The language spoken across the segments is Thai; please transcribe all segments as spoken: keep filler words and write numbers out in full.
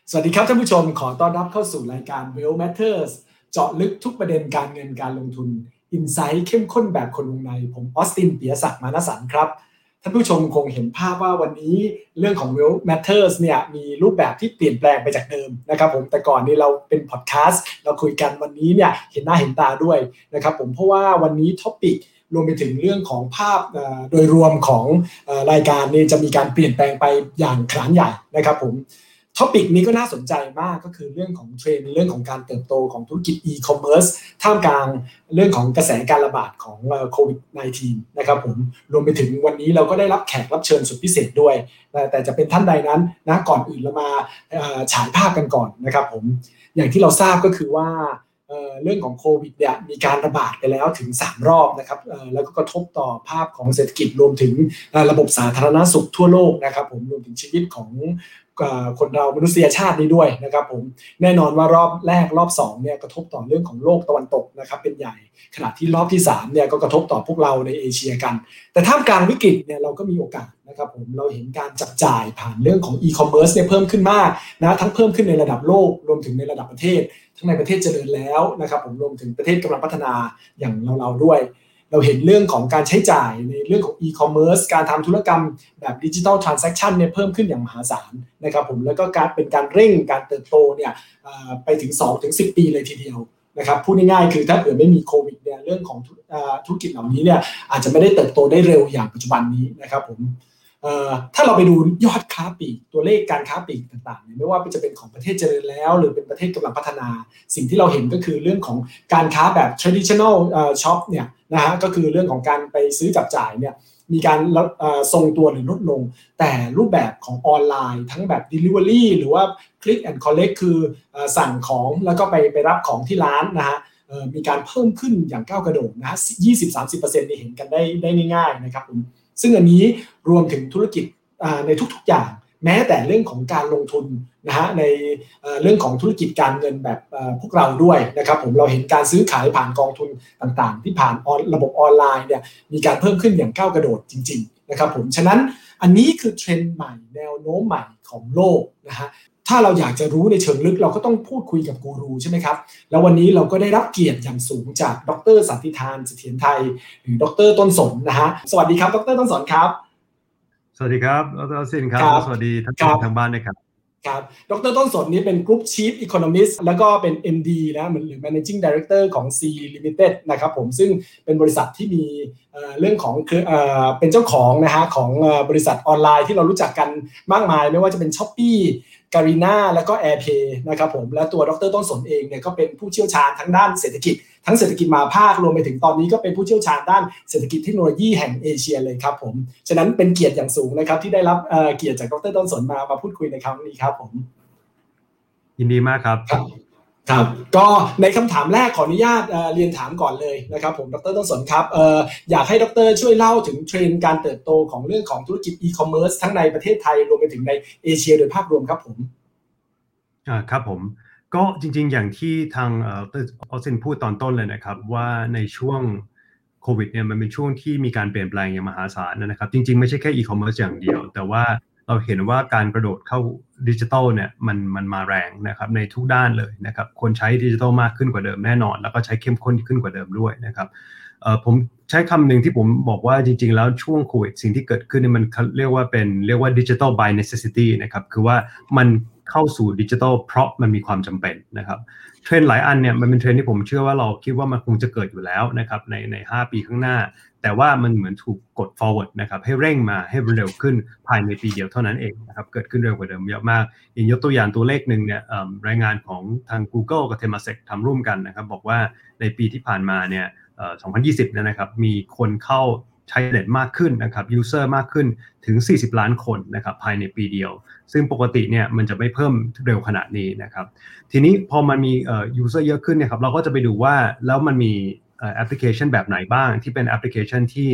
สวัสดีครับท่านผู้ชมขอต้อนรับเข้าสู่รายการ Wealth Matters เจาะลึกทุกประเด็นการเงินการลงทุน Insight เข้มข้นแบบคนวงในผมออสติน ปิยศักดิ์ มานสันต์ครับท่านผู้ชมคงเห็นภาพว่าวันนี้เรื่องของ Wealth Matters เนี่ยมีรูปแบบที่เปลี่ยนแปลงไปจากเดิมนะครับผมแต่ก่อนนี้เราเป็นพอดแคสต์เราคุยกันวันนี้เนี่ยเห็นหน้าเห็นตาด้วยนะครับผมเพราะว่าวันนี้ท็อปิกรวมไปถึงเรื่องของภาพโดยรวมของรายการนี้จะมีการเปลี่ยนแปลงไปอย่างขนาดใหญ่นะครับผมท็อปิกนี้ก็น่าสนใจมากก็คือเรื่องของเทรนด์เรื่องของการเติบโตของธุรกิจอีคอมเมิร์ซท่ามกลางเรื่องของกระแสการระบาดของโควิด สิบเก้า นะครับผมรวมไปถึงวันนี้เราก็ได้รับแขกรับเชิญสุดพิเศษด้วยแต่จะเป็นท่านใดนั้นนะก่อนอื่นเรามาฉายภาพกันก่อนนะครับผมอย่างที่เราทราบก็คือว่าเอ่อเรื่องของโควิดเนี่ยมีการระบาดไปแล้วถึงสามรอบนะครับเอ่อแล้วก็กระทบต่อภาพของเศรษฐกิจรวมถึงระบบสาธารณสุขทั่วโลกนะครับผมรวมถึงชีวิตของคนเรามนุษยชาตินี้ด้วยนะครับผมแน่นอนว่ารอบแรกรอบสองเนี่ยกระทบต่อเรื่องของโลกตะวันตกนะครับเป็นใหญ่ขณะที่รอบที่สามเนี่ยก็กระทบต่อพวกเราในเอเชียกันแต่ท่ามกลางวิกฤตเนี่ยเราก็มีโอกาสนะครับผมเราเห็นการจับจ่ายผ่านเรื่องของอีคอมเมิร์ซเนี่ยเพิ่มขึ้นมากนะทั้งเพิ่มขึ้นในระดับโลกรวมถึงในระดับประเทศทั้งในประเทศเจริญแล้วนะครับผมรวมถึงประเทศกำลังพัฒนาอย่างเราๆด้วยเราเห็นเรื่องของการใช้จ่ายในเรื่องของอีคอมเมิร์ซการทำธุรกรรมแบบดิจิทัลทรานแซคชันเนี่ยเพิ่มขึ้นอย่างมหาศาลนะครับผมแล้วก็การเป็นการเร่งการเติบโตเนี่ยไปถึง สองถึงสิบ ปีเลยทีเดียวนะครับพูดง่ายๆคือถ้าเกิดไม่มีโควิดเนี่ยเรื่องของธุรกิจเหล่านี้เนี่ยอาจจะไม่ได้เติบโตได้เร็วอย่างปัจจุบันนี้นะครับผมถ้าเราไปดูยอดค้าปลีกตัวเลขการค้าปลีกต่างๆไม่ว่าจะเป็นของประเทศเจริญแล้วหรือเป็นประเทศกำลังพัฒนาสิ่งที่เราเห็นก็คือเรื่องของการค้าแบบ traditional shop เนี่ยนะฮะก็คือเรื่องของการไปซื้อจับจ่ายเนี่ยมีการทรงตัวหรือลดลงแต่รูปแบบของออนไลน์ทั้งแบบ delivery หรือว่า click and collect คือสั่งของแล้วก็ไปไปรับของที่ร้านนะฮะมีการเพิ่มขึ้นอย่างก้าวกระโดดนะฮะ ยี่สิบถึงสามสิบเปอร์เซ็นต์ นี่เห็นกันได้ได้ง่ายๆนะครับผมซึ่งอันนี้รวมถึงธุรกิจในทุกๆอย่างแม้แต่เรื่องของการลงทุนนะฮะในเรื่องของธุรกิจการเงินแบบพวกเราด้วยนะครับผมเราเห็นการซื้อขายผ่านกองทุนต่างๆที่ผ่านระบบออนไลน์เนี่ยมีการเพิ่มขึ้นอย่างก้าวกระโดดจริงๆนะครับผมฉะนั้นอันนี้คือเทรนด์ใหม่แนวโน้มใหม่ของโลกนะฮะถ้าเราอยากจะรู้ในเชิงลึกเราก็ต้องพูดคุยกับกูรูใช่ไหมครับแล้ววันนี้เราก็ได้รับเกียรติอย่างสูงจากดร.สันติธานเสถียรไทยหรือดร.ต้นสนนะฮะสวัสดีครับดร.ต้นสนครับสวัสดีครับดร.สินครับสวัสดีท่านผู้ชมทางบ้านด้วยครับครับดร.ต้นสนนี่เป็น Group Chief Economist แล้วก็เป็น เอ็ม ดี นะหรือ Managing Director ของ ซี Limited นะครับผมซึ่งเป็นบริษัทที่มีเรื่องของเป็นเจ้าของนะฮะของบริษัทออนไลน์ที่เรารู้จักกันมากมายไม่ว่าจะเป็น Shopee Garena แล้วก็ AirPay นะครับผมและตัวดร.ต้นสนเองเนี่ยก็เป็นผู้เชี่ยวชาญทั้งด้านเศรษฐกิจทั้งเศรษฐกิจมหาภาครวมไปถึงตอนนี้ก็เป็นผู้เชี่ยวชาญด้านเศรษฐกิจเทคโนโลยีแห่งเอเชียเลยครับผมฉะนั้นเป็นเกียรติอย่างสูงนะครับที่ได้รับเกียรติจากดร.ต้นสนมามาพูดคุยในครั้งนี้ครับผมยินดีมากครับครับก็ในคำถามแรกขออนุญาตเรียนถามก่อนเลยนะครับผมดร.ต้นสนครับอยากให้ดร.ช่วยเล่าถึงเทรนด์การเติบโตของเรื่องของธุรกิจอีคอมเมิร์ซทั้งในประเทศไทยรวมไปถึงในเอเชียโดยภาพรวมครับผมอ่าครับผมก็จริงๆอย่างที่ทางเอ่อออสตินพูดตอนต้นเลยนะครับว่าในช่วงโควิดเนี่ยมันเป็นช่วงที่มีการเปลี่ยนแปลงอย่างมหาศาลนะครับจริงๆไม่ใช่แค่อีคอมเมิร์ซอย่างเดียวแต่ว่าเราเห็นว่าการกระโดดเข้าดิจิทัลเนี่ยมันมันมาแรงนะครับในทุกด้านเลยนะครับคนใช้ดิจิทัลมากขึ้นกว่าเดิมแน่นอนแล้วก็ใช้เข้มข้นขึ้นกว่าเดิมด้วยนะครับเอ่อผมใช้คำหนึ่งที่ผมบอกว่าจริงๆแล้วช่วงโควิดสิ่งที่เกิดขึ้นเนี่ยมันเรียกว่าเป็นเรียกว่าดิจิทัล by necessity นะครับคือว่ามันเข้าสู่ดิจิทัลเพราะมันมีความจำเป็นนะครับเทรนด์หลายอันเนี่ยมันเป็นเทรนด์ที่ผมเชื่อว่าเราคิดว่ามันคงจะเกิดอยู่แล้วนะครับในในห้าปีข้างหน้าแต่ว่ามันเหมือนถูกกด forward นะครับให้เร่งมาให้เร็วขึ้นภายในปีเดียวเท่านั้นเองนะครับเกิดขึ้นเร็วกว่าเดิมเยอะมากอย่างยกตัวอย่างตัวเลขนึงเนี่ยรายงานของทาง Google กับ Temasek ทำร่วมกันนะครับบอกว่าในปีที่ผ่านมาเนี่ยสองพันยี่สิบเนี่ยนะครับมีคนเข้าใช้เน็ตมากขึ้นนะครับ user มากขึ้นถึงสี่สิบล้านคนนะครับภายในปีเดียวซึ่งปกติเนี่ยมันจะไม่เพิ่มเร็วขนาดนี้นะครับทีนี้พอมันมีเอ่อ user เยอะขึ้นเนี่ยครับเราก็จะไปดูว่าแล้วมันมีแอปพลิเคชันแบบไหนบ้างที่เป็นแอปพลิเคชันที่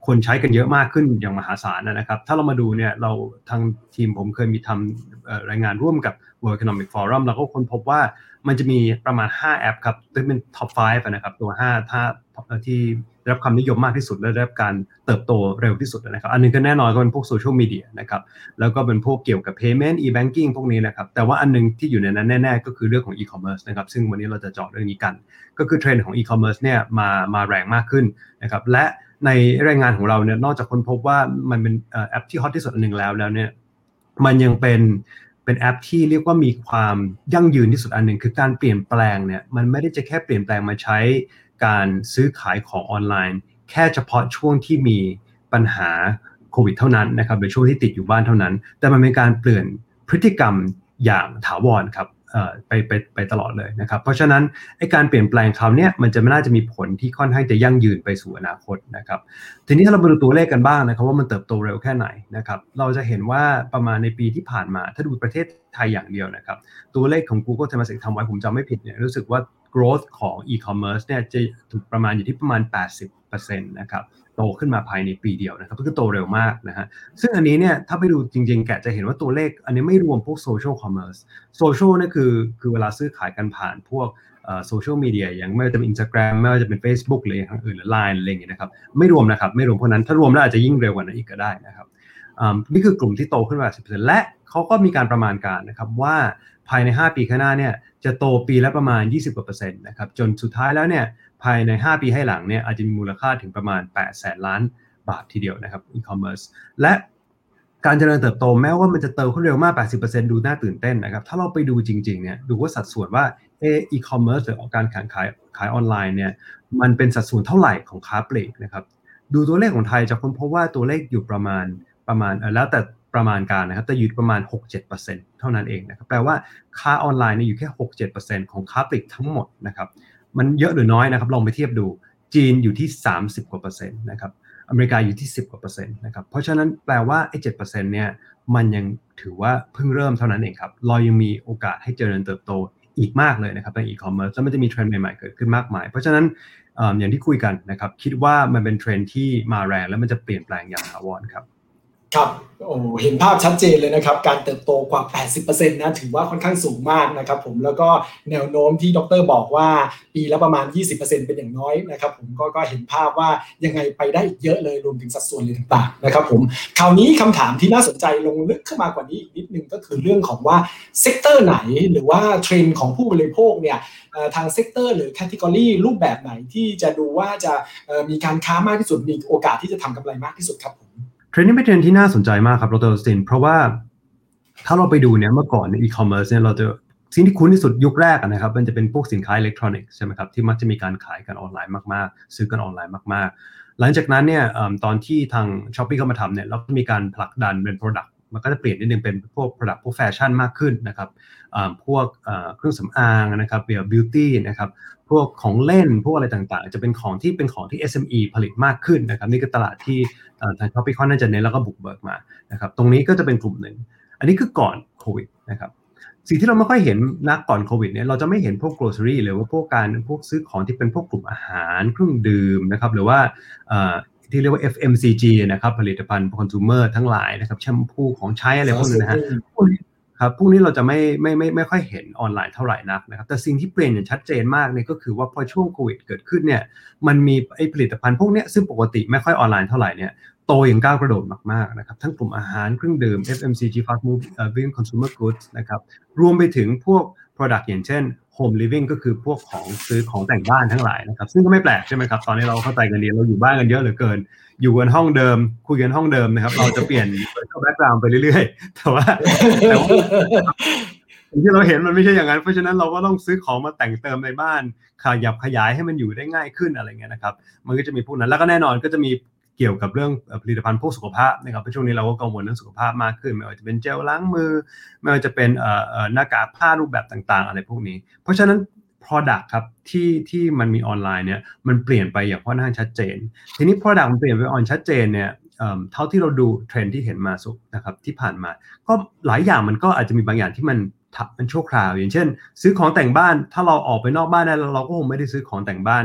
คนใช้กันเยอะมากขึ้นอย่างมหาศาลนะครับถ้าเรามาดูเนี่ยเราทางทีมผมเคยมีทำรายงานร่วมกับ World Economic Forum เราก็ค้นพบว่ามันจะมีประมาณห้าแอปครับที่เป็น ท็อป ไฟว์ นะครับตัวห้าถ้าที่ได้รับความนิยมมากที่สุดและได้รับการเติบโตเร็วที่สุดนะครับอันนึงก็แน่นอนก็เป็นพวกโซเชียลมีเดียนะครับแล้วก็เป็นพวกเกี่ยวกับ payment e-banking พวกนี้นะครับแต่ว่าอันนึงที่อยู่ในนั้นแน่ๆก็คือเรื่องของ e-commerce นะครับซึ่งวันนี้เราจะเจาะเรื่องนี้กันก็คือเทรนด์ของ e-commerce เนี่ยมามาแรงมากขึ้นนะครับและในรายงานของเราเนี่ยนอกจากค้นพบว่ามันเป็นแอปที่ฮอตที่สุดอันนึงแล้วแล้วเนี่ยมันยังเป็นเป็นแอปที่เรียกว่ามีความยั่งยืนที่สุดอันหนึ่งคือการเปลี่ยนแปลงเนี่ยมันไม่ได้จะแค่เปลี่ยนแปลงมาใช้การซื้อขายของออนไลน์แค่เฉพาะช่วงที่มีปัญหาโควิดเท่านั้นนะครับหรือช่วงที่ติดอยู่บ้านเท่านั้นแต่มันเป็นการเปลี่ยนพฤติกรรมอย่างถาวรครับไปไปไปตลอดเลยนะครับเพราะฉะนั้นไอ้การเปลี่ยนแปลงคราวนี้มันจะไม่น่าจะมีผลที่ค่อนข้างจะยั่งยืนไปสู่อนาคตนะครับทีนี้ถ้าเราไปดูตัวเลขกันบ้างนะครับว่ามันเติบโตเร็วแค่ไหนนะครับเราจะเห็นว่าประมาณในปีที่ผ่านมาถ้าดูประเทศไทยอย่างเดียวนะครับตัวเลขของ Google Temasek ทำไว้ผมจำไม่ผิดเนี่ยรู้สึกว่า growth ของ e-commerce เนี่ยจะถูกประมาณอยู่ที่ประมาณ แปดสิบเปอร์เซ็นต์ นะครับโตขึ้นมาภายในปีเดียวนะครับก็คือโตเร็วมากนะฮะซึ่งอันนี้เนี่ยถ้าไปดูจริงๆแกจะเห็นว่าตัวเลขอันนี้ไม่รวมพวก social commerce social นี่คือคือเวลาซื้อขายกันผ่านพวกเอ่อ social media อย่างไม่ว่าจะเป็น Instagram ไม่ว่าจะเป็น Facebook หรืออย่างอื่นหรือ ไลน์ อะไรอย่างเงี้ยนะครับไม่รวมนะครับไม่รวมเพราะนั้นถ้ารวมแล้วอาจจะยิ่งเร็วกว่านั้นอีกก็ได้นะครับอ่านี่คือกลุ่มที่โตขึ้นมา สิบเปอร์เซ็นต์ และเขาก็มีการประมาณการนะครับว่าภายในห้าปีข้างหน้าเนี่ยจะโตปีละประมาณยี่สิบกว่าเปอร์เซ็นต์นะครับจนสุดท้ายแล้วเนี่ยภายในห้าปีให้หลังเนี่ยอาจจะมีมูลค่าถึงประมาณแปดแสนล้านบาททีเดียวนะครับ e-commerce และการเจริญเติบโตแม้ว่ามันจะเติบขึ้นเร็วมาก แปดสิบเปอร์เซ็นต์ ดูน่าตื่นเต้นนะครับถ้าเราไปดูจริงๆเนี่ยดูว่าสัดส่วนว่าเออ e-commerce หรือการขายขายขายออนไลน์เนี่ยมันเป็นสัดส่วนเท่าไหร่ของค้าปลีกนะครับดูตัวเลขของไทยจะค้นพบว่าตัวเลขอยู่ประมาณประมาณแล้วแต่ประมาณการนะครับแต่อยู่ประมาณ หกถึงเจ็ดเปอร์เซ็นต์ เท่านั้นเองนะครับแปลว่าค้าออนไลน์เนี่ยอยู่แค่ หกถึงเจ็ดเปอร์เซ็นต์ ของค้าปลีกทั้งหมดนะครับมันเยอะหรือน้อยนะครับลองไปเทียบดูจีนอยู่ที่สามสิบกว่าเปอร์เซ็นต์นะครับอเมริกาอยู่ที่สิบกว่าเปอร์เซ็นต์นะครับเพราะฉะนั้นแปลว่าไอ้ เจ็ดเปอร์เซ็นต์ เนี่ยมันยังถือว่าเพิ่งเริ่มเท่านั้นเองครับเรายังมีโอกาสให้เจริญเติบโตอีกมากเลยนะครับใน e-commerce แล้วมันจะมีเทรนด์ใหม่ๆเกิดขึ้นมากมายเพราะฉะนั้นอย่างที่คุยกันนะครับคิดว่ามันเป็นเทรนด์ที่มาแรงแล้วมันจะเปลี่ยนแปลงอย่างถาวรครับครับโอ้เห็นภาพชัดเจนเลยนะครับการเติบโตกว่า แปดสิบเปอร์เซ็นต์ นะถือว่าค่อนข้างสูงมากนะครับผมแล้วก็แนวโน้มที่ดร.บอกว่าปีละประมาณ ยี่สิบเปอร์เซ็นต์ เป็นอย่างน้อยนะครับผมก็ก็เห็นภาพว่ายังไงไปได้อีกเยอะเลยรวมถึงสัดส่วนอะไรต่างๆนะครับผมคราวนี้คำถามที่น่าสนใจลงลึกขึ้นมากว่านี้อีกนิดนึงก็คือเรื่องของว่าเซกเตอร์ไหนหรือว่าเทรนด์ของผู้บริโภคเนี่ยทางเซกเตอร์หรือแคตตากรีรูปแบบไหนที่จะดูว่าจะมีการค้ามากที่สุดมีโอกาสที่จะทำกำไรมากที่สุดครับผมเทรนด์นี้เป็นเทรนด์ที่น่าสนใจมากครับดร.สตินเพราะว่าถ้าเราไปดูเนี่ยเมื่อก่อนใน e-commerce เนี่ยเราจะสิ่งที่คุ้นที่สุดยุคแรกนะครับมันจะเป็นพวกสินค้าอิเล็กทรอนิกส์ใช่ไหมครับที่มักจะมีการขายกันออนไลน์มากๆซื้อกันออนไลน์มากๆหลังจากนั้นเนี่ยตอนที่ทาง Shopee เข้ามาทำเนี่ยเราก็มีการผลักดันเป็น product มันก็จะเปลี่ยนนิดนึงเป็นพวก product พวกแฟชั่นมากขึ้นนะครับพวกเครื่องสำอางนะครับเกี่ยวกับ beauty นะครับพวกของเล่นพวกอะไรต่างๆจะเป็นของที่เป็นของที่ เอส เอ็ม อี ผลิตมากขึ้นนะครับนี่คือตลาดที่ทาง Shopee ค่อนข้างจะเน้นแล้วก็บุกเบิกมานะครับตรงนี้ก็จะเป็นกลุ่มหนึ่งอันนี้คือก่อนโควิดนะครับสิ่งที่เราไม่ค่อยเห็นนักก่อนโควิดเนี่ยเราจะไม่เห็นพวก grocery หรือว่าพวกการพวกซื้อของที่เป็นพวกกลุ่มอาหารเครื่องดื่มนะครับหรือว่าที่เรียกว่า เอฟ เอ็ม ซี จี นะครับผลิตภัณฑ์ consumer ทั้งหลายนะครับแชมพูของใช้อะไรพวกนี้นะฮะพวกนี้ครับพวกนี้เราจะไม่ไม่ไม่ไม่ค่อยเห็นออนไลน์เท่าไหร่นักนะครับแต่สิ่งที่เปลี่ยนอย่างชัดเจนมากเนี่ยก็คือว่าพอช่วงโควิดเกิดขึ้นเนี่ยมันมีไอ้ผลิตภัณฑ์พวกนี้ซึ่งปกติไม่ค่อยออนไลน์เท่าไหร่เนี่ยโตอย่างก้าวกระโดดมากๆนะครับทั้งกลุ่มอาหารเครื่องดื่ม เอฟ เอ็ม ซี จี fast moving consumer goods นะครับรวมไปถึงพวก product อย่างเช่น home living ก็คือพวกของซื้อของแต่งบ้านทั้งหลายนะครับซึ่งก็ไม่แปลกใช่ไหมครับตอนนี้เราเข้าใจกันดีเราอยู่บ้านกันเยอะเหลือเกินอยู่กันห้องเดิมคุยกันห้องเดิมนะครับเราจะเปลี่ยน background ไปเรื่อยๆแต่ว่าแต่ว่าที่เราเห็นมันไม่ใช่อย่างนั้นเพราะฉะนั้นเราก็ต้องซื้อของมาแต่งเติมในบ้านขยับขยายให้มันอยู่ได้ง่ายขึ้นอะไรเงี้ยนะครับมันก็จะมีพวกนั้นแล้วก็แน่นอนก็จะมีเกี่ยวกับเรื่องผลิตภัณฑ์พวกสุขภาพนะครับเพราะช่วงนี้เราก็กังวลเรื่องสุขภาพมากขึ้นไม่ว่าจะเป็นเจลล้างมือไม่ว่าจะเป็นเอ่อเอ่อหน้ากากผ้ารูปแบบต่างๆอะไรพวกนี้เพราะฉะนั้น product ครับที่ที่มันมีออนไลน์เนี่ยมันเปลี่ยนไปอย่างค่อนข้างชัดเจนทีนี้ product มันเปลี่ยนไปออนชัดเจนเนี่ยเอ่อเท่าที่เราดูเทรนด์ที่เห็นมาสุดนะครับที่ผ่านมาก็หลายอย่างมันก็อาจจะมีบางอย่างที่มันมันชั่วคราวอย่างเช่นซื้อของแต่งบ้านถ้าเราออกไปนอกบ้านได้เราก็คงไม่ได้ซื้อของแต่งบ้าน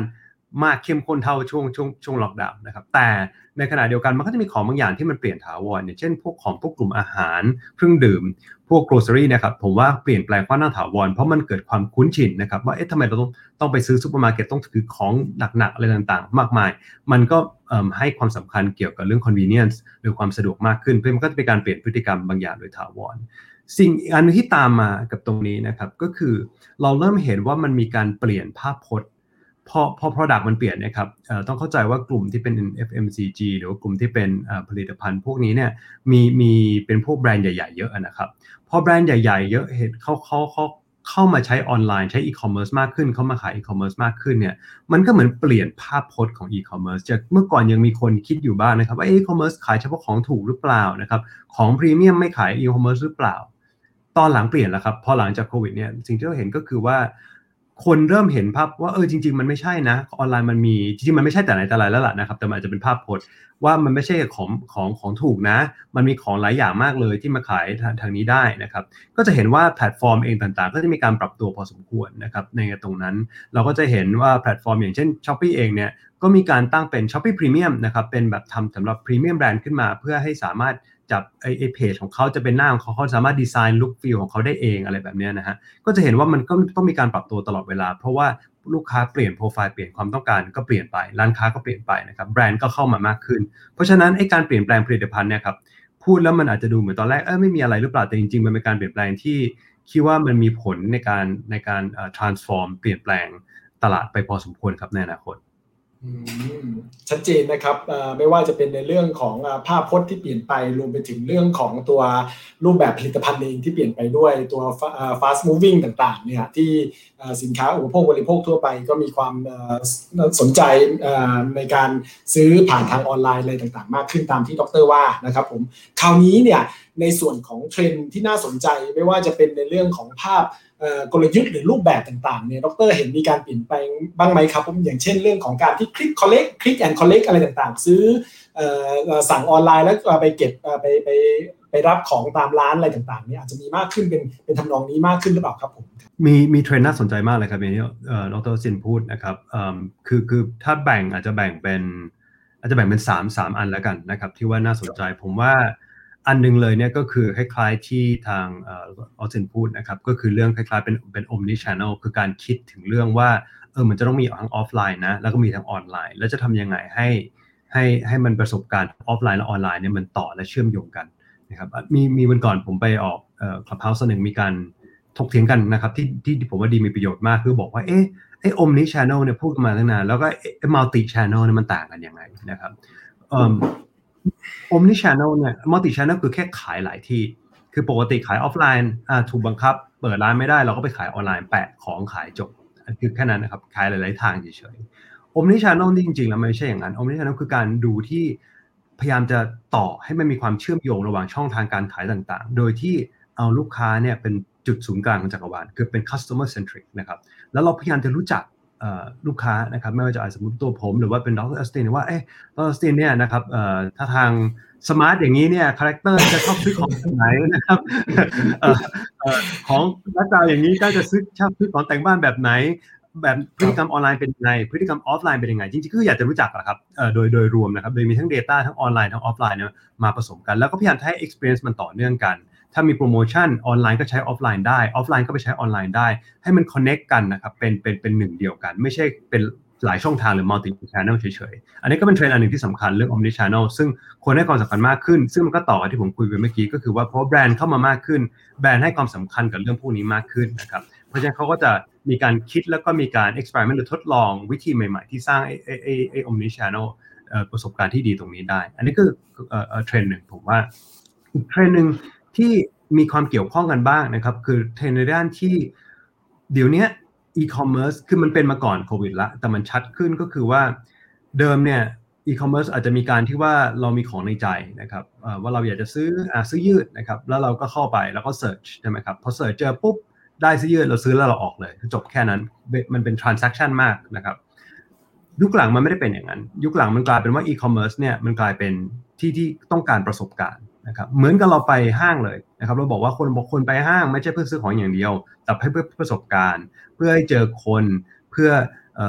มากเข้มข้นเท่าช่วงช่วงช่วงล็อกดาวน์นะครับแต่ในขณะเดียวกันมันก็จะมีของบางอย่างที่มันเปลี่ยนถาวรอย่างเช่นพวกของพวกกลุ่มอาหารเครื่องดื่มพวก grocery นะครับผมว่าเปลี่ยนแปลงค่อนข้างถาวรเพราะมันเกิดความคุ้นชินนะครับว่าเอ๊ะทำไมเราต้องต้องไปซื้อซุปเปอร์มาร์เก็ตต้องถือของหนักๆอะไรต่างๆมากมายมันก็ให้ความสำคัญเกี่ยวกับเรื่อง convenience หรือความสะดวกมากขึ้นเพื่อมันก็จะเป็นการเปลี่ยนพฤติกรรมบางอย่างโดยถาวรสิ่งอีกอันนึงที่ตามมากับตรงนี้นะครับก็คือเราเริ่มเห็นว่ามันมีการเปลี่ยนภาพพจน์พอพอ product มันเปลี่ยนนะครับเอ่อต้องเข้าใจว่ากลุ่มที่เป็น เอฟ เอ็ม ซี จี หรือว่ากลุ่มที่เป็นเอ่อผลิตภัณฑ์พวกนี้เนี่ยมีมีเป็นพวกแบรนด์ใหญ่ๆเยอะนะครับพอแบรนด์ใหญ่ๆเยอะเห็นเขาเขาเขาเข้ามาใช้ออนไลน์ใช้อีคอมเมิร์ซมากขึ้นเข้ามาขายอีคอมเมิร์ซมากขึ้นเนี่ยมันก็เหมือนเปลี่ยนภาพพจน์ของอีคอมเมิร์ซจากเมื่อก่อนยังมีคนคิดอยู่บ้าง นะครับว่าอีคอมเมิร์ซขายเฉพาะของถูกหรือเปล่านะครับของพรีเมียมไม่ขายอีคอมเมิร์ซหรือเปล่าตอนหลังเปลี่ยนแล้วครับพอหลังจากโควิดเนี่ยสิ่งที่เราเห็นก็คือว่าคนเริ่มเห็นภาพว่าเออจริงๆมันไม่ใช่นะออนไลน์มันมีจริงๆมันไม่ใช่แต่ไหนแต่ไรแล้วล่ะนะครับแต่มันอาจจะเป็นภาพพจน์ว่ามันไม่ใช่ของของของถูกนะมันมีของหลายอย่างมากเลยที่มาขายทางทางนี้ได้นะครับก็จะเห็นว่าแพลตฟอร์มเองต่างๆก็จะมีการปรับตัวพอสมควรนะครับในตรงนั้นเราก็จะเห็นว่าแพลตฟอร์มอย่างเช่น Shopee เองเนี่ยก็มีการตั้งเป็น Shopee Premium นะครับเป็นแบบทำสำหรับ Premium Brand ขึ้นมาเพื่อให้สามารถจับไอ้ไอ้เพจของเขาจะเป็นหน้าของเขาเขาสามารถดีไซน์ลุคฟีลของเขาได้เองอะไรแบบนี้นะฮะก็จะเห็นว่ามันก็ต้องมีการปรับตัวตลอดเวลาเพราะว่าลูกค้าเปลี่ยนโปรไฟล์เปลี่ยนความต้องการก็เปลี่ยนไปร้านค้าก็เปลี่ยนไปนะครับแบรนด์ก็เข้ามามากขึ้นเพราะฉะนั้นไอ้การเปลี่ยนแปลงผลิตภัณฑ์เนี่ยครับพูดแล้วมันอาจจะดูเหมือนตอนแรกเออไม่มีอะไรหรือเปล่าแต่จริงๆมันเป็นการเปลี่ยนแปลงที่คิดว่ามันมีผลในการในการเอ่อ transform เปลี่ยนแปลงตลาดไปพอสมควรครับในอนาคตชัดเจนนะครับไม่ว่าจะเป็นในเรื่องของภาพพจน์ที่เปลี่ยนไปรวมไปถึงเรื่องของตัวรูปแบบผลิตภัณฑ์เองที่เปลี่ยนไปด้วยตัว fast moving ต่างๆเนี่ยที่สินค้าอุปโภคบริโภคทั่วไปก็มีความสนใจในการซื้อผ่านทางออนไลน์อะไรต่างๆมากขึ้นตามที่ดร.ว่านะครับผมคราวนี้เนี่ยในส่วนของเทรนด์ที่น่าสนใจไม่ว่าจะเป็นในเรื่องของภาพกลยุทธ์หรือรูปแบบต่างๆเนี่ยดร.เห็นมีการเปลี่ยนแปลงบ้างไหมครับผมอย่างเช่นเรื่องของการที่คลิก collect คลิก and collect อะไรต่างๆซื้อสั่งออนไลน์แล้วไปเก็บไปไปไปรับของตามร้านอะไรต่างๆเนี่ยอาจจะมีมากขึ้นเป็นเป็นทำนองนี้มากขึ้นหรือเปล่าครับผมมีมีเทรนด์น่าสนใจมากเลยครับอย่างที่ดร.ซินพูดนะครับคือคือถ้าแบ่งอาจจะแบ่งเป็นอาจจะแบ่งเป็นสาม สามอันแล้วกันนะครับที่ว่าน่าสนใจผมว่าอันนึงเลยเนี่ยก็คือคล้ายๆที่ทางเอ่อออสตินพูดนะครับก็คือเรื่องคล้ายๆเป็นเป็น omni channel คือการคิดถึงเรื่องว่าเออมันจะต้องมีทั้งออฟไลน์นะแล้วก็มีทั้งออนไลน์แล้วจะทำยังไงให้ให้ให้มันประสบการณ์ออฟไลน์และออนไลน์เนี่ยมันต่อและเชื่อมโยงกันนะครับมีมีวันก่อนผมไปออกเอ่อ Clubhouse นึงมีการถกเถียงกันนะครับที่ที่ผมว่าดีมีประโยชน์มากคือบอกว่าเอ๊ะไอ้ omni channel เนี่ยพูดกันมาตั้งนานแล้วก็ไอ้ multi channel เนี่ยมันต่างกันยังไงนะครับเอ่อOmni Channel เนี่ย Multi Channel คือแค่ขายหลายที่คือปกติขายออฟไลน์อ่าถูกบังคับเปิดร้านไม่ได้เราก็ไปขายออนไลน์แปะของขายจบคือแค่นั้นนะครับขายหลายๆทางเฉยๆ Omni Channel นี่จริงๆแล้วไม่ใช่อย่างนั้น Omni Channel คือการดูที่พยายามจะต่อให้มันมีความเชื่อมโยงระหว่างช่องทางการขายต่างๆโดยที่เอาลูกค้าเนี่ยเป็นจุดศูนย์กลางของจักรวาลคือเป็น customer centric นะครับแล้วเราพยายามจะรู้จักลูกค้านะครับไม่ว่าจะสมมติตัวผมหรือว่าเป็นดร.ออสตินว่าเอ๊ะดร.ออสตินเนี่ยนะครับถ้าทางสมาร์ทอย่างนี้เนี่ยคาแรคเตอร์จะชอบซื้อของแบบไหนนะครับของรักษาอย่างนี้ก็จะซื้อชอบซื้อของแต่งบ้านแบบไหนแบบพฤติกรรมออนไลน์เป็นยังไงพฤติกรรมออฟไลน์เป็นยังไงจริงๆก็อยากจะรู้จักอะครับโดยโดยรวมนะครับโดยมีทั้ง data ทั้งออนไลน์ทั้งออฟไลน์เนี่ยมาผสมกันแล้วก็พยายามให้ experience มันต่อเนื่องกันถ้ามีโปรโมชั่นออนไลน์ก็ใช้ออฟไลน์ได้ออฟไลน์ก็ไปใช้ออนไลน์ได้ให้มัน connect กันนะครับเป็นเป็นเป็นหนึ่งเดียวกันไม่ใช่เป็นหลายช่องทางหรือ multi channel เฉยๆอันนี้ก็เป็นเทรนด์อันหนึ่งที่สำคัญเรื่อง omni channel ซึ่งควรให้ความสำคัญมากขึ้นซึ่งมันก็ต่อที่ผมคุยไปเมื่อกี้ก็คือว่าเพราะแบรนด์เข้ามามากขึ้นแบรนด์ให้ความสำคัญกับเรื่องพวกนี้มากขึ้นนะครับเพราะฉะนั้นเขาก็จะมีการคิดแล้วก็มีการ experiment หรือทดลองวิธีใหม่ๆที่สร้างไอ้ไอ้ไอ้ไอ้ omni channel ประสบการณ์ที่ดีตรงนี้ได้อันนี้ก็เทรนด์หนึ่งผมว่าอีกเทรนด์นึงที่มีความเกี่ยวข้องกันบ้างนะครับคือเทรนด์ในด้านที่เดี๋ยวนี้อีคอมเมิร์ซคือมันเป็นมาก่อนโควิดละแต่มันชัดขึ้นก็คือว่าเดิมเนี่ยอีคอมเมิร์ซอาจจะมีการที่ว่าเรามีของในใจนะครับว่าเราอยากจะซื้ออ่าซื้อยืดนะครับแล้วเราก็เข้าไปแล้วก็เสิร์ชใช่ไหมครับพอเสิร์ชเจอปุ๊บได้ซื้อยืดเราซื้อแล้วเราออกเลยจบแค่นั้นมันเป็น transaction มากนะครับยุคหลังมันไม่ได้เป็นอย่างนั้นยุคหลังมันกลายเป็นว่าอีคอมเมิร์ซเนี่ยมันกลายเป็นที่ที่ต้องการประสบการณ์นะครับเหมือนกับเราไปห้างเลยนะครับเราบอกว่าคนบอกคนไปห้างไม่ใช่เพื่อซื้อของอย่างเดียวแต่ให้เพื่อประสบการณ์เพื่อให้เจอคนเพื่อเอ่อ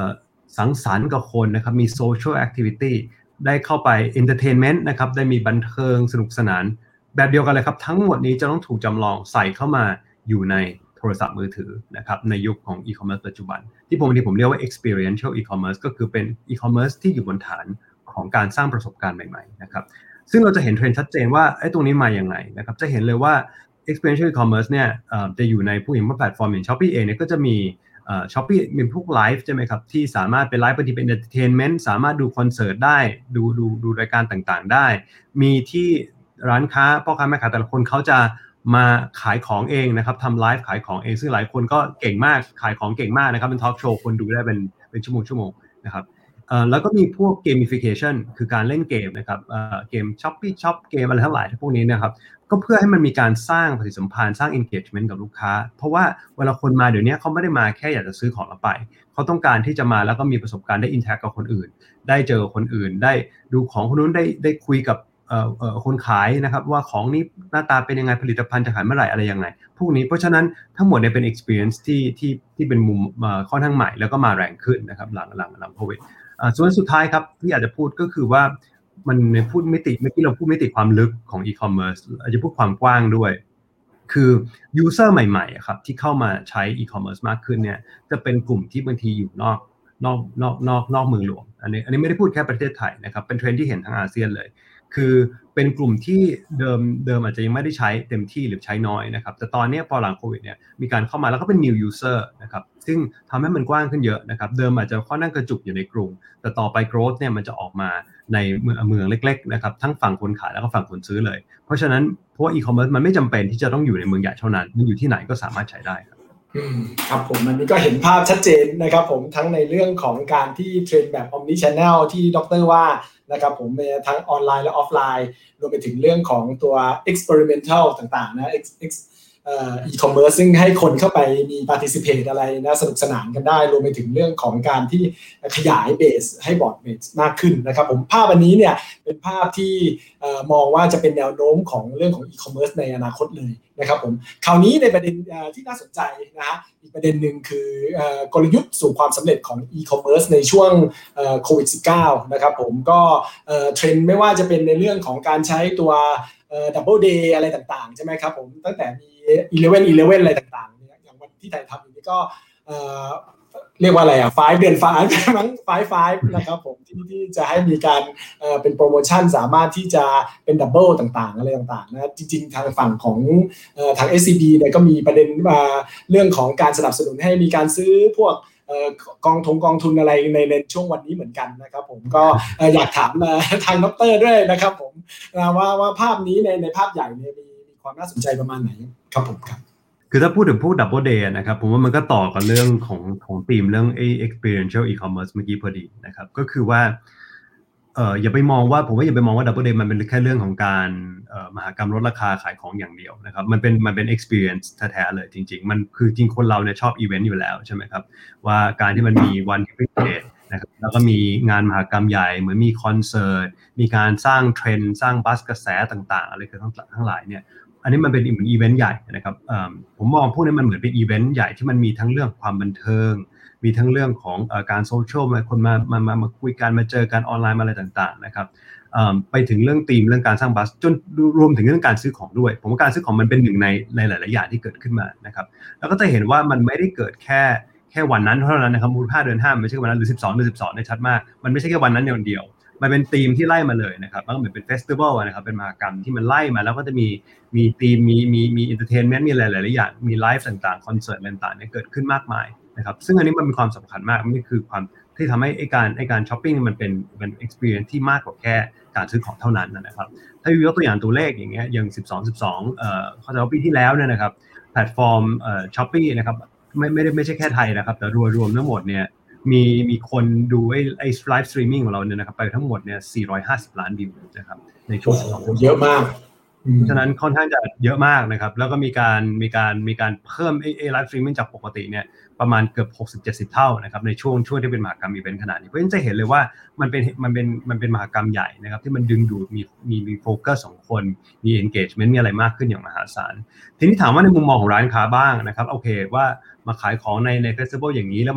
สังสรรค์กับคนนะครับมี social activity ได้เข้าไป entertainment นะครับได้มีบันเทิงสนุกสนานแบบเดียวกันเลยครับทั้งหมดนี้จะต้องถูกจำลองใส่เข้ามาอยู่ในโทรศัพท์มือถือนะครับในยุคของ e-commerce ปัจจุบันที่ผมที่ผมเรียกว่า experiential e-commerce ก็คือเป็น e-commerce ที่อยู่บนฐานของการสร้างประสบการณ์ใหม่ๆนะครับซึ่งเราจะเห็นเทรนด์ชัดเจนว่าไอ้ตรงนี้มาอย่างไรนะครับจะเห็นเลยว่า experiential e-commerce เนี่ยจะอยู่ในผู้อย่างแพลตฟอร์มอย่าง Shopee เองเนี่ยก็จะมีเอ่อ Shopee มีพวกไลฟ์ใช่ไหมครับที่สามารถเป็นไลฟ์บางทีเป็น entertainment สามารถดูคอนเสิร์ตได้ดูดูดูรายการต่างๆได้มีที่ร้านค้าพ่อค้าแม่ค้าแต่ละคนเขาจะมาขายของเองนะครับทำไลฟ์ขายของเองซึ่งหลายคนก็เก่งมากขายของเก่งมากนะครับเป็นทอล์กโชว์คนดูได้เป็นเป็นชั่วโมงชั่วโมงนะครับเอ่อแล้วก็มีพวก gamification คือการเล่นเกมนะครับเอ่อเกม Shopee Shop เกมอะไรทั้งหลายพวกนี้นะครับก็เพื่อให้มันมีการสร้างปฏิสัมพันธ์สร้าง engagement กับลูกค้าเพราะว่าเวลาคนมาเดี๋ยวนี้เขาไม่ได้มาแค่อยากจะซื้อของแล้วไปเขาต้องการที่จะมาแล้วก็มีประสบการณ์ได้ interact กับคนอื่นได้เจอคนอื่นได้ดูของคนนู้นได้ได้คุยกับเอ่อเอ่อคนขายนะครับว่าของนี้หน้าตาเป็นยังไงผลิตภัณฑ์จะขายเมื่อไหร่อะไรยังไงพวกนี้เพราะฉะนั้นทั้งหมดเนี่ยเป็น experience ที่ที่ที่เป็นมุมเอ่อค่อนข้างใหม่แล้วก็มาแรงขึ้นนะครับหลังหลังหลังโควิดอ่าส่วนสุดท้ายครับที่อยากจะพูดก็คือว่ามันพูดมิติเมื่อกี้เราพูดมิติความลึกของ e-commerce อาจจะพูดความกว้างด้วยคือ user ใหม่ๆครับที่เข้ามาใช้ e-commerce มากขึ้นเนี่ยจะเป็นกลุ่มที่บางทีอยู่นอกนอกนอกนอกนอกเมืองหลวงอันนี้อันนี้ไม่ได้พูดแค่ประเทศไทยนะครับเป็นเทรนด์ที่เห็นทั้งอาเซียนเลยคือเป็นกลุ่มที่เดิมเดิมอาจจะยังไม่ได้ใช้เต็มที่หรือใช้น้อยนะครับแต่ตอนนี้พอหลังโควิดเนี่ยมีการเข้ามาแล้วก็เป็น new user นะครับซึ่งทำให้มันกว้างขึ้นเยอะนะครับเดิมอาจจะค่อนข้างกระจุกอยู่ในกรุงแต่ต่อไป growth เนี่ยมันจะออกมาในเมืองเมืองเล็กๆนะครับทั้งฝั่งคนขายแล้วก็ฝั่งคนซื้อเลยเพราะฉะนั้นเพราะว่า e-commerce มันไม่จำเป็นที่จะต้องอยู่ในเมืองใหญ่เท่านั้นมันอยู่ที่ไหนก็สามารถใช้ได้ครับครับผมอันนี้ก็เห็นภาพชัดเจนนะครับผมทั้งในเรื่องของการที่เทรนด์แบบ omni channel ที่ดร.ว่านะครับผมทั้งออนไลน์และออฟไลน์รวมไปถึงเรื่องของตัว experimental ต่างๆนะ e-commerce ซึ่งให้คนเข้าไปมี participate อะไรนะสนุกสนานกันได้รวมไปถึงเรื่องของการที่ขยายเบสให้บอร์ดเบสมากขึ้นนะครับผมภาพอันนี้เนี่ยเป็นภาพที่มองว่าจะเป็นแนวโน้มของเรื่องของ e-commerce ในอนาคตเลยนะครับผมคราวนี้ในประเด็นที่น่าสนใจนะฮะอีกประเด็นหนึ่งคือกลยุทธ์สู่ความสำเร็จของ e-commerce ในช่วงโควิด สิบเก้า นะครับผมก็เทรนด์ไม่ว่าจะเป็นในเรื่องของการใช้ตัวดับเบิลเดย์อะไรต่างๆใช่ไหมครับผมตั้งแต่มีสิบเอ็ด สิบเอ็ดอะไรต่างๆเนี่ยอย่างวันที่ไทยทำอยู่นี่ก็เรียกว่าอะไรอ่ะไฟว์เดือนไฟว์มั้งไฟว์ไฟว์นะครับผมที่ที่จะให้มีการเอ่อเป็นโปรโมชั่นสามารถที่จะเป็นดับเบิลต่างๆอะไรต่างๆนะจริงๆทางฝั่งของเอ่อทาง เอส ซี บี เนี่ยก็มีประเด็นมาเรื่องของการสนับสนุนให้มีการซื้อพวกเอ่อกองทุนกองทุนอะไรในในช่วงวันนี้เหมือนกันนะครับผมก็อยากถามทางดร.ด้วยนะครับผมว่าว่าภาพนี้ในในภาพใหญ่เนี่ยมีมีความน่าสนใจประมาณไหนครับผมครับคือถ้าพูดถึงพวก Double Day นะครับผมว่ามันก็ต่อกับเรื่องของของธีมเรื่อง experiential e-commerce เมื่อกี้พอดีนะครับก็คือว่าเอ่ออย่าไปมองว่าผมว่าอย่าไปมองว่า Double Day มันเป็นแค่เรื่องของการเอ่อมหกรรมลดราคาขายของอย่างเดียวนะครับมันเป็นมันเป็น experience แท้ๆเลยจริงๆมันคือจริงคนเราเนี่ยชอบอีเวนต์อยู่แล้วใช่ไหมครับว่าการที่มันมีวันที่พิเศษนะครับแล้วก็มีงานมหกรรมใหญ่เหมือนมีคอนเสิร์ตมีการสร้างเทรนด์สร้างบัสกระแสต่างๆอะไรทั้งทั้งหลายเนี่ยอันนี้มันเป็นเหมือนอีเวนต์ใหญ่นะครับผมมองพวกนี้มันเหมือนเป็นอีเวนต์ใหญ่ที่มันมีทั้งเรื่องความบันเทิงมีทั้งเรื่องของเอ่อการโซเชียลมาคนมามามามาคุยกันมาเจอกันออนไลน์มาอะไรต่างๆนะครับไปถึงเรื่องธีมเรื่องการสร้างบัสจนรวมถึงเรื่องการซื้อของด้วยผมว่าการซื้อของมันเป็นหนึ่งในในหลายๆอย่างที่เกิดขึ้นมานะครับแล้วก็จะเห็นว่ามันไม่ได้เกิดแค่แค่วันนั้นเท่านั้นนะครับมูลค่าเดือนห้าไม่ใช่วันนั้นหรือสิบสองเดือนสิบสองเนี่ยชัดมากมันไม่ใช่แค่วันนั้นเดียวมันเป็นธีมที่ไล่มาเลยนะครับแล้วก็เหมือนเป็นเฟสติวัลนะครับเป็นมหกรรมที่มันไล่มาแล้วก็จะมีมีธีมมีมีมีเอนเตอร์เทนเมนต์มีหลายๆอย่างมีไลฟ์ต่างๆคอนเสิร์ตต่างๆเนี่ยเกิดขึ้นมากมายนะครับซึ่งอันนี้มันมีความสำคัญมากมันคือความที่ทำให้ไอ้การไอ้การช้อปปิ้งมันเป็นเป็น experience ที่มากกว่าแค่การซื้อของเท่านั้นนะครับถ้ายกตัวอย่างตัวเลขอย่างเงี้ยอย่างสิบสอง สิบสองเอ่อเขาจะว่าปีที่แล้วเนี่ยนะครับแพลตฟอร์มเอ่อ Shopee นะครับไม่ไม่ได้ไม่ใช่แค่ไทยนะครับแต่รวมๆทั้งหมดเนี่ยมีมีคนดูไอ้ไอ้ไลฟ์สตรีมมิ่งของเราเนี่ยนะครับไปทั้งหมดเนี่ยสี่ร้อยห้าสิบล้านวิวนะครับในช่วงสิบสองเยอะมากฉะนั้นค่อนข้างจะเยอะมากนะครับแล้วก็มีการมีการมีการเพิ่มไอ้ไอ้ไลฟ์สตรีมมิ่งจากปกติเนี่ยประมาณเกือบ หกสิบถึงเจ็ดสิบ เท่านะครับในช่วงช่วงที่เป็นมหกรรมอีเวนต์ขนาดนี้เพราะฉะนั้นจะเห็นเลยว่ามันเป็นมันเป็นมันเป็นมหกรรมใหญ่นะครับที่มันดึงดูดมีมีมีโฟกัสของคนมี engagement มีอะไรมากขึ้นอย่างมหาศาลทีนี้ถามว่าในมุมมองของร้านค้าบ้างนะครับโอเคว่ามาขายของในในเฟสติวัลอย่างนี้แล้วมัน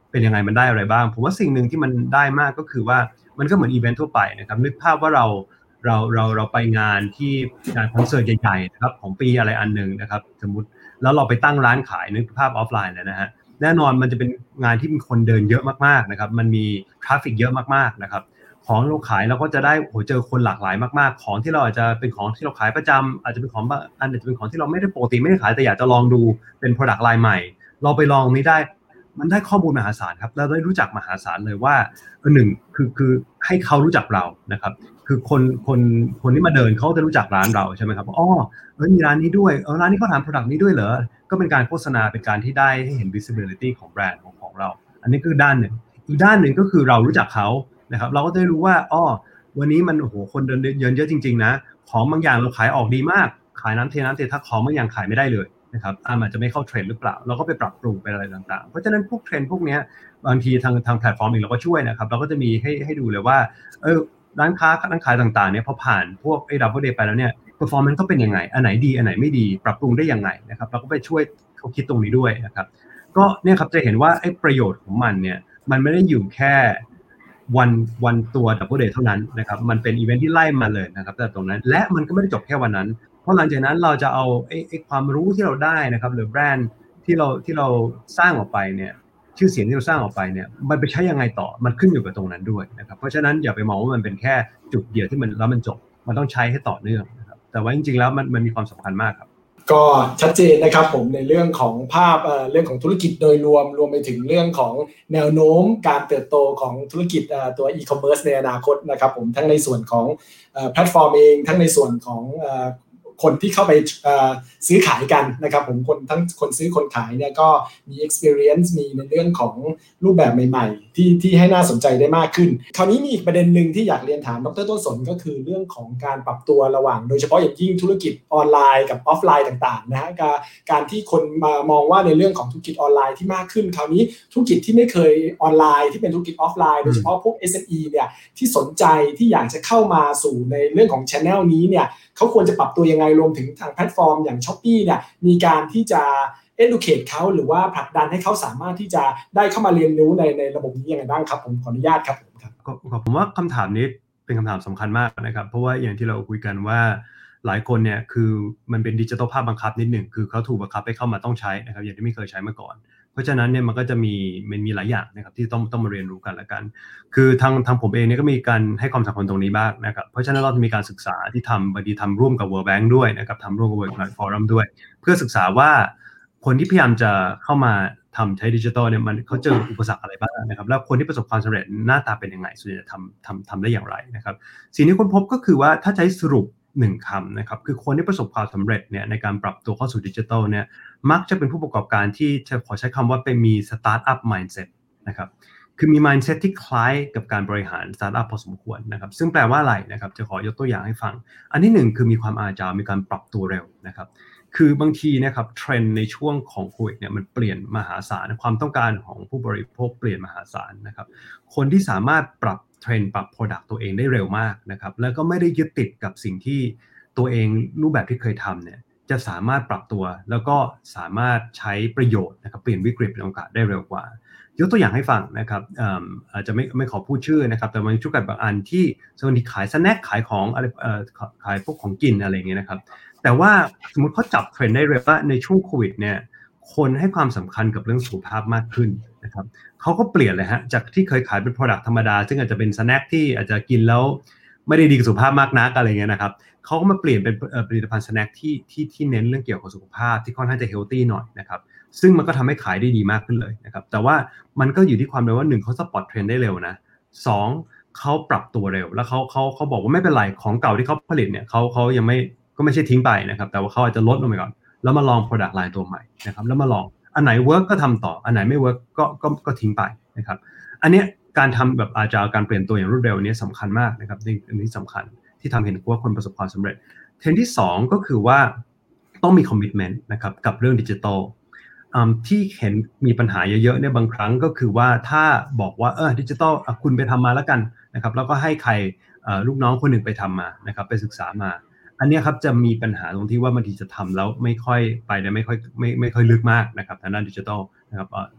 เป็นยังไงมันได้อะไรบ้างผมว่าสิ่งหนึ่งที่มันได้มากก็คือว่ามันก็เหมือนอีเวนต์ทั่วไปนะครับนึกภาพว่าเราเราเราเราไปงานที่งานคอนเสิร์ตใหญ่ๆนะครับของปีอะไรอันนึงนะครับสมมุติแล้วเราไปตั้งร้านขายนึกภาพออฟไลน์เลยนะฮะแน่นอนมันจะเป็นงานที่มีคนเดินเยอะมากๆนะครับมันมีทราฟฟิกเยอะมากๆนะครับของเราขายเราก็จะได้โหเจอคนหลากหลายมากๆของที่เราอาจจะเป็นของที่เราขายประจำอาจจะเป็นของบางอันอาจจะเป็นของที่เราไม่ได้ปกติไม่ได้ขายแต่อยากจะลองดูเป็น product line ใหม่เราไปลองนี้ได้มันได้ข้อมูลมหาศาลครับเราได้รู้จักมหาศาลเลยว่าหนึ่งคือคือให้เขารู้จักเรานะครับคือคนคนคนที่มาเดินเขาจะรู้จักร้านเราใช่ไหมครับอ๋อเออมีร้านนี้ด้วยเออร้านนี้เขาทำ product นี้ด้วยเหรอก็เป็นการโฆษณาเป็นการที่ได้ให้เห็น visibility ของแบรนด์ของของเราอันนี้คือด้านหนึ่งอีกด้านหนึ่งก็คือเรารู้จักเขานะครับเราก็จะรู้ว่าอ๋อวันนี้มันโอ้โหคนเดินเยอะเยอะจริงๆนะของบางอย่างเราขายออกดีมากขายน้ำเทน้ำเทถ้าของบางอย่างขายไม่ได้เลยนะครับอาจจะไม่เข้าเทรนด์หรือเปล่าเราก็ไปปรับปรุงไปอะไรต่างๆเพราะฉะนั้นพวกเทรนด์พวกนี้บางทีทางทางแพลตฟอร์มเองเราก็ช่วยนะครับเราก็จะมีให้ให้ดูเลยว่าเออร้านค้าร้านขายต่างๆเนี่ยพอผ่านพวกไอ้ Double Day ไปแล้วเนี่ย performance ก็เป็นยังไงอันไหนดีอันไหนไม่ดีปรับปรุงได้ยังไงนะครับเราก็ไปช่วยเขาคิดตรงนี้ด้วยนะครับก็เนี่ยครับจะเห็นว่าไอ้ประโยชน์ของมันเนี่ยมันไม่ได้อยู่แค่วันวันตัว Double Day เท่านั้นนะครับมันเป็นอีเวนท์ที่ไล่มาเลยนะครับแต่ตรงนั้นและมันก็ไม่ได้จบแค่วันนั้นเพราะหลังจากนั้นเราจะเอาไอ้ไอ้ความรู้ที่เราได้นะครับหรือแบรนด์ที่เราที่เราสร้างออกไปเนี่ยชื่อเสียงที่เราสร้างออกไปเนี่ยมันไปใช้ยังไงต่อมันขึ้นอยู่กับตรงนั้นด้วยนะครับเพราะฉะนั้นอย่าไปมองว่ามันเป็นแค่จุดเดียวที่มันแล้วมันจบมันต้องใช้ให้ต่อเนื่องนะครับแต่ว่าจริงๆแล้วมันมันมีความสำคัญมากครับก็ชัดเจนนะครับผมในเรื่องของภาพเอ่อเรื่องของธุรกิจโดยรวมรวมไปถึงเรื่องของแนวโน้มการเติบโตของธุรกิจเอ่อตัวอีคอมเมิร์ซในอนาคตนะครับผมทั้งในส่วนของเอ่อแพลตฟอร์มเองทั้งในส่วนของเอ่อคนที่เข้าไปเอ่อซื้อขายกันนะครับผมคนทั้งคนซื้อคนขายเนี่ยก็มี experience มีในเรื่องของรูปแบบใหม่ๆที่ที่ให้น่าสนใจได้มากขึ้นคราวนี้มีอีกประเด็นหนึ่งที่อยากเรียนถามดร.ต้นสนก็คือเรื่องของการปรับตัวระหว่างโดยเฉพาะอย่างยิ่งธุรกิจออนไลน์กับออฟไลน์ต่างๆนะฮะการการที่คนมามองว่าในเรื่องของธุรกิจออนไลน์ที่มากขึ้นคราวนี้ธุรกิจที่ไม่เคยออนไลน์ที่เป็นธุรกิจออฟไลน์โดยเฉพาะพวก เอส เอ็ม อี เนี่ยที่สนใจที่อยากจะเข้ามาสู่ในเรื่องของ channel นี้เนี่ยเขาควรจะปรับตัวยังไงรวมถึงทางแพลตฟอร์มอย่าง Shopee เนี่ยมีการที่จะ educate เขาหรือว่าผลักดันให้เขาสามารถที่จะได้เข้ามาเรียนรู้ในในระบบนี้ยังไงบ้างครับผมขออนุญาตครับผมครับก็ผมว่าคำถามนี้เป็นคำถามสำคัญมากนะครับเพราะว่าอย่างที่เราคุยกันว่าหลายคนเนี่ยคือมันเป็นดิจิทัลภาพบังคับนิดหนึ่งคือเขาถูกบังคับให้เข้ามาต้องใช้นะครับอย่างที่ไม่เคยใช้มาก่อนเพราะฉะนั้นเนี่ยมันก็จะมีมันมีหลายอย่างนะครับที่ต้องต้องมาเรียนรู้กันละกันคือทางทางผมเองเนี่ยก็มีการให้ความสำคัญตรงนี้บ้างนะครับเพราะฉะนั้นเราจะมีการศึกษาที่ทำบางทีทำร่วมกับ World Bank ด้วยนะครับทำร่วมกับ World Economic Forum ด้วยเพื่อศึกษาว่าคนที่พยายามจะเข้ามาทำใช้ดิจิทัลเนี่ยมันเขาเจออุปสรรคอะไรบ้างนะครับแล้วคนที่ประสบความสำเร็จหน้าตาเป็นยังไงส่วนใหญ่ทำทำทำได้อย่างไรนะครับสิ่งที่ค้นพบก็คือว่าถ้าใช้สรุปหนึ่งคำนะครับคือคนที่ประสบความสำเร็จเนี่ยในการปรับตัวเข้าสู่ดิจิทัลเนี่ยมักจะเป็นผู้ประกอบการที่จะขอใช้คำว่าเป็นมีสตาร์ทอัพ mindset นะครับคือมี mindset ที่คล้ายกับการบริหารสตาร์ทอัพพอสมควรนะครับซึ่งแปลว่าอะไรนะครับจะขอยกตัวอย่างให้ฟังอันที่หนึ่งคือมีความอาจารย์มีการปรับตัวเร็วนะครับคือบางทีนะครับเทรนด์ในช่วงของโควิดเนี่ยมันเปลี่ยนมหาศาลความต้องการของผู้บริโภคเปลี่ยนมหาศาลนะครับคนที่สามารถปรับเทรนด์ปรับ product ตัวเองได้เร็วมากนะครับแล้วก็ไม่ได้ยึดติดกับสิ่งที่ตัวเองรูปแบบที่เคยทำเนี่ยจะสามารถปรับตัวแล้วก็สามารถใช้ประโยชน์นะครับเปลี่ยนวิกฤตเป็นโอกาสได้เร็วกว่ายกตัวอย่างให้ฟังนะครับอาจจะไม่ไม่ขอพูดชื่อนะครับแต่มันชุกกันบางอันที่สมมติขายสแน็คขายของอะไรขายพวกของกินอะไรอย่างเงี้ยนะครับแต่ว่าสมมติเขาจับเทรนด์ได้เร็วว่าในช่วงโควิดเนี่ยคนให้ความสำคัญกับเรื่องสุขภาพมากขึ้นนะครับเขาก็เปลี่ยนเลยฮะจากที่เคยขายเป็น product ธรรมดาซึ่งอาจจะเป็นสแน็คที่อาจจะกินแล้วไม่ได้ดีกับสุขภาพมากนักอะไรเงี้ยนะครับเขาก็มาเปลี่ยนเป็นผลิตภัณฑ์สแน็คที่ที่ที่เน้นเรื่องเกี่ยวกับสุขภาพที่ค่อนข้างจะเฮลตี้หน่อยนะครับซึ่งมันก็ทำให้ขายได้ดีมากขึ้นเลยนะครับแต่ว่ามันก็อยู่ที่ความเร็วว่าหนึ่งเขาสปอตเทรนด์ได้เร็วนะสองเขาปรับตัวเร็วแล้วเขาเขาเขาบอกว่าไม่เป็นไรของเก่าที่เขาผลิตเนี่ยเขาเขายังไม่ก็ไม่ใช่ทิ้งไปนะครับแต่ว่าเขาอาจจะลดลงไปก่อนแล้วมาลอง product line ตัวใหม่นะครับแล้วมาลองอันไหนเวิร์กก็ทำต่ออันไหนไม่เวิร์กก็ก็ก็ทิ้งไปนะครับอันเนี้ยการทำแบบอาจจะการเปลี่ยนตัวอย่างรวดเร็วนี้สำคัญมากนะครับนี่อันนี้สำคัญที่ทำเห็นว่าคนประสบความสำเร็จเทรนด์ที่สองก็คือว่าต้องมีคอมมิตเมนต์นะครับกับเรื่องดิจิทัลที่เห็นมีปัญหาเยอะๆเนี่ยบางครั้งก็คือว่าถ้าบอกว่าเออดิจิทัลคุณไปทำมาแล้วกันนะครับแล้วก็ให้ใครลูกน้องคนหนึ่งไปทำมานะครับไปศึกษามาอันนี้ครับจะมีปัญหาตรงที่ว่าบางทีจะทำแล้วไม่ค่อยไปได้ไม่ค่อยไม่ไม่ค่อยลึกมากนะครับทางด้านดิจิทัลนะครับ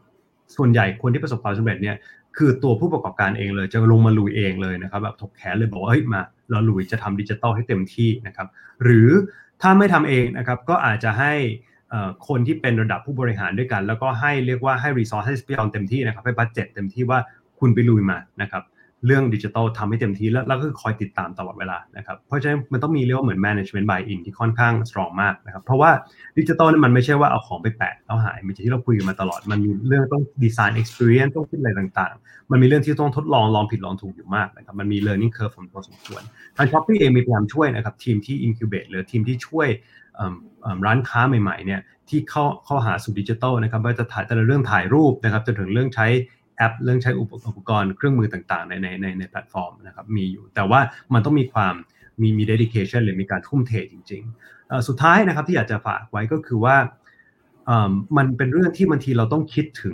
ส่วนใหญ่คนที่ประสบความสำเร็จเนี่ยคือตัวผู้ประกอบการเองเลยจะลงมาลุยเองเลยนะครับแบบถกแขนเลยบอกว่าเฮ้ยมาเราลุยจะทำดิจิทัลให้เต็มที่นะครับหรือถ้าไม่ทำเองนะครับก็อาจจะให้คนที่เป็นระดับผู้บริหารด้วยกันแล้วก็ให้เรียกว่าให้รีซอสให้สเปนเต็มที่นะครับให้บัดเจ็ตเต็มที่ว่าคุณไปลุยมานะครับเรื่องดิจิทัลทำให้เต็มที่แล้วแล้วก็คอยติดตามตลอดเวลานะครับเพราะฉะนั้นมันต้องมีเรียกว่าเหมือน management buy in ที่ค่อนข้าง strong มากนะครับเพราะว่าดิจิทัลนี่มันไม่ใช่ว่าเอาของไปแปะแล้วหายมันจะที่เราคุยกันมาตลอดมันมีเรื่องต้อง design experience ต้องคิดอะไรต่างๆมันมีเรื่องที่ต้องทดลองลองผิดลองถูกอยู่มากนะครับมันมี learning curve พอสมควรทาง Shopee เองมีพยายามช่วยนะครับทีมที่ incubate หรือทีมที่ช่วยร้านค้าใหม่ๆเนี่ยที่เข้าเข้าหาสู่ดิจิทัลนะครับว่าจะถ่ายแต่ละเรื่องถ่ายรูปนะครับจนถึงเรื่องใช้แอปเรื่องใช้อุปกรณ์เครื่องมือต่างๆในในในในแพลตฟอร์มนะครับมีอยู่แต่ว่ามันต้องมีความมีมี dedication หรือมีการทุ่มเทจริงๆสุดท้ายนะครับที่อยากจะฝากไว้ก็คือว่ามันเป็นเรื่องที่บางทีเราต้องคิดถึง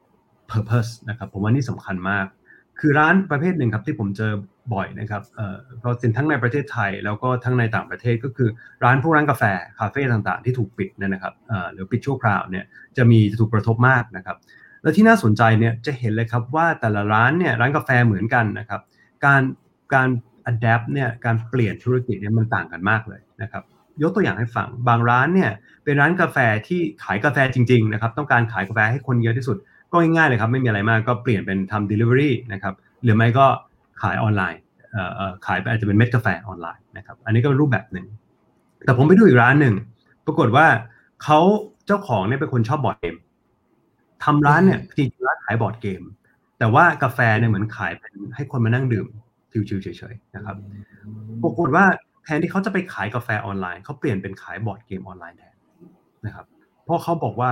purpose นะครับผมว่านี่สำคัญมากคือร้านประเภทหนึ่งครับที่ผมเจอบ่อยนะครับเอ่อก็เป็นทั้งในประเทศไทยแล้วก็ทั้งในต่างประเทศก็คือร้านพวกร้านกาแฟคาเฟ่ต่างๆที่ถูกปิดเนี่ยนะครับเอ่อหรือปิดชั่วคราวเนี่ยจะมีจะถูกกระทบมากนะครับแล้วที่น่าสนใจเนี่ยจะเห็นเลยครับว่าแต่ละร้านเนี่ยร้านกาแฟเหมือนกันนะครับการการ adapt เนี่ยการเปลี่ยนธุรกิจเนี่ยมันต่างกันมากเลยนะครับยกตัวอย่างให้ฟังบางร้านเนี่ยเป็นร้านกาแฟที่ขายกาแฟจริงๆนะครับต้องการขายกาแฟให้คนเยอะที่สุดก็ง่ายๆเลยครับไม่มีอะไรมากก็เปลี่ยนเป็นทำ delivery นะครับหรือไม่ก็ขายออนไลน์เอ่อขายอาจจะเป็นเม็ดกาแฟออนไลน์นะครับอันนี้ก็เป็นรูปแบบหนึ่งแต่ผมไปดูอีกร้านหนึ่งปรากฏว่าเขาเจ้าของเนี่ยเป็นคนชอบบอร์ดเกมทำร้านเนี่ยจริงๆร้านขายบอร์ดเกมแต่ว่ากาแฟเนี่ยเหมือนขายเป็นให้คนมานั่งดื่มชิวๆเฉยๆนะครับปรากฏว่าแทนที่เขาจะไปขายกาแฟออนไลน์เขาเปลี่ยนเป็นขายบอร์ดเกมออนไลน์แทนนะครับเพราะเขาบอกว่า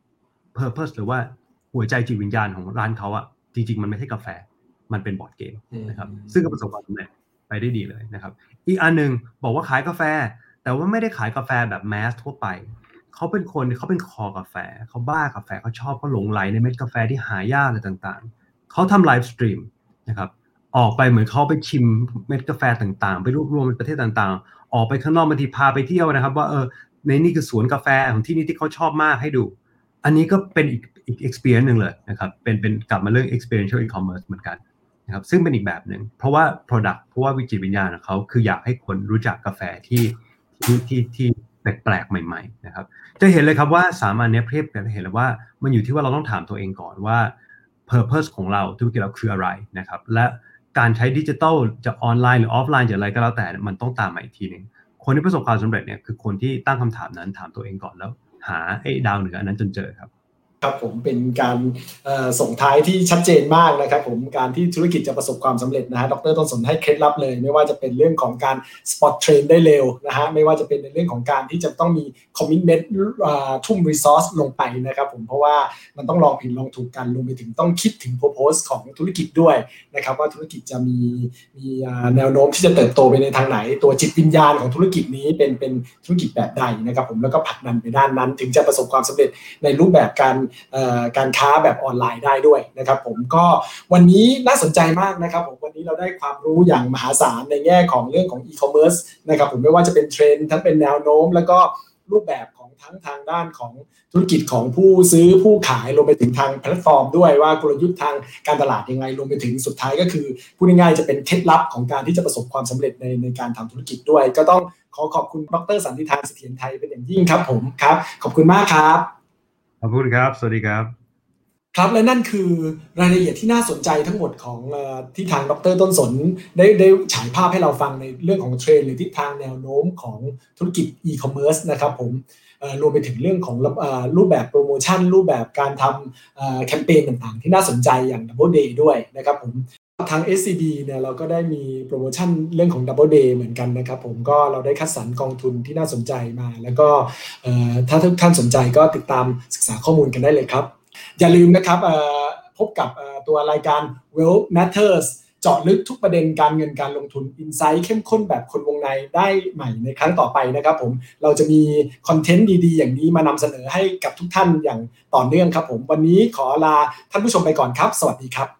purpose หรือว่าหัวใจจิตวิญญาณของร้านเขาอะจริงๆมันไม่ใช่กาแฟมันเป็นบอร์ดเกมนะครับซึ่งก็ประสบความสำเร็จไปได้ดีเลยนะครับอีกอันนึงบอกว่าขายกาแฟแต่ว่าไม่ได้ขายกาแฟแบบแมสทั่วไปเขาเป็นคนเขาเป็นคอกาแฟเขาบ้ากาแฟเขาชอบเขาหลงไหลในเม็ดกาแฟที่หายากอะไรต่างๆเขาทำไลฟ์สตรีมนะครับออกไปเหมือนเขาไปชิมเม็ดกาแฟต่างๆไปรวบรวมในประเทศต่างๆออกไปข้างนอกบางทีพาไปเที่ยวนะครับว่าเออในนี่คือสวนกาแฟของที่นี่ที่เขาชอบมากให้ดูอันนี้ก็เป็นอีกอีก experience นึงเลยนะครับเป็นเป็นกลับมาเรื่อง experiential e-commerce เหมือนกันนะครับซึ่งเป็นอีกแบบนึงเพราะว่า product เพราะว่าวิจิตรวิญญาณของเขาคืออยากให้คนรู้จักกาแฟที่ที่ที่ที่แปลกๆใหม่ๆนะครับจะเห็นเลยครับว่าสามอันนี้เทียบกันเห็นเลยว่ามันอยู่ที่ว่าเราต้องถามตัวเองก่อนว่า purpose ของเราธุรกิจเราคืออะไรนะครับและการใช้ดิจิทัลจะออนไลน์หรือออฟไลน์จะอะไรก็แล้วแต่มันต้องตามมาอีกทีนึงคนที่ประสบความสำเร็จเนี่ยคือคนที่ตั้งคำถามนั้นถามตัวเองก่อนแล้วหาไอ้ดาวเหนืออันนั้นจนเจอครับครับผมเป็นการส่งท้ายที่ชัดเจนมากนะครับผมการที่ธุรกิจจะประสบความสำเร็จนะฮะดร.ต้นสนให้เคล็ดลับเลยไม่ว่าจะเป็นเรื่องของการ spot trend ได้เร็วนะฮะไม่ว่าจะเป็นในเรื่องของการที่จะต้องมี commitment ทุ่ม resource ลงไปนะครับผมเพราะว่ามันต้องลองผิดลองถูกกันรวมไปถึงต้องคิดถึง purpose ของธุรกิจด้วยนะครับว่าธุรกิจจะมีมีแนวโน้มที่จะเติบโตไปในทางไหนตัวจิตวิญญาณของธุรกิจนี้เป็นเป็นธุรกิจแบบใดนะครับผมแล้วก็ผลักดันไปด้านนั้นถึงจะประสบความสำเร็จในรูปแบบการการค้าแบบออนไลน์ได้ด้วยนะครับผมก็วันนี้น่าสนใจมากนะครับผมวันนี้เราได้ความรู้อย่างมหาศาลในแง่ของเรื่องของอีคอมเมิร์ซนะครับผมไม่ว่าจะเป็นเทรนด์ทั้งเป็นแนวโน้มแล้วก็รูปแบบของทั้งทางด้านของธุรกิจของผู้ซื้อผู้ขายรวมไปถึงทางแพลตฟอร์มด้วยว่ากลยุทธ์ทางการตลาดยังไงรวมไปถึงสุดท้ายก็คือพูดง่ายๆจะเป็นเคล็ดลับของการที่จะประสบความสำเร็จในในการทำธุรกิจด้วยก็ต้องขอขอบคุณดร.สันติธานเสถียรไทยเป็นอย่างยิ่งครับผมครับขอบคุณมากครับขอบคุณครับสวัสดีครับครับและนั่นคือรายละเอียดที่น่าสนใจทั้งหมดของที่ทางดร.ต้นสนได้ได้ฉายภาพให้เราฟังในเรื่องของเทรนด์หรือทิศทางแนวโน้มของธุรกิจอีคอมเมิร์ซนะครับผมรวมไปถึงเรื่องของรูปแบบโปรโมชั่นรูปแบบการทำแคมเปญต่างๆที่น่าสนใจอย่าง Double Day ด้วยนะครับผมทาง เอส ซี บี เนี่ยเราก็ได้มีโปรโมชั่นเรื่องของ Double Day เหมือนกันนะครับผมก็เราได้คัดสรรกองทุนที่น่าสนใจมาแล้วก็ถ้าทุกท่านสนใจก็ติดตามศึกษาข้อมูลกันได้เลยครับอย่าลืมนะครับพบกับตัวรายการ Wealth Matters เจาะลึกทุกประเด็นการเงินการลงทุน Insight เข้มข้นแบบคนวงในได้ใหม่ในครั้งต่อไปนะครับผมเราจะมีคอนเทนต์ดีๆอย่างนี้มานำเสนอให้กับทุกท่านอย่างต่อเนื่องครับผมวันนี้ขอลาท่านผู้ชมไปก่อนครับสวัสดีครับ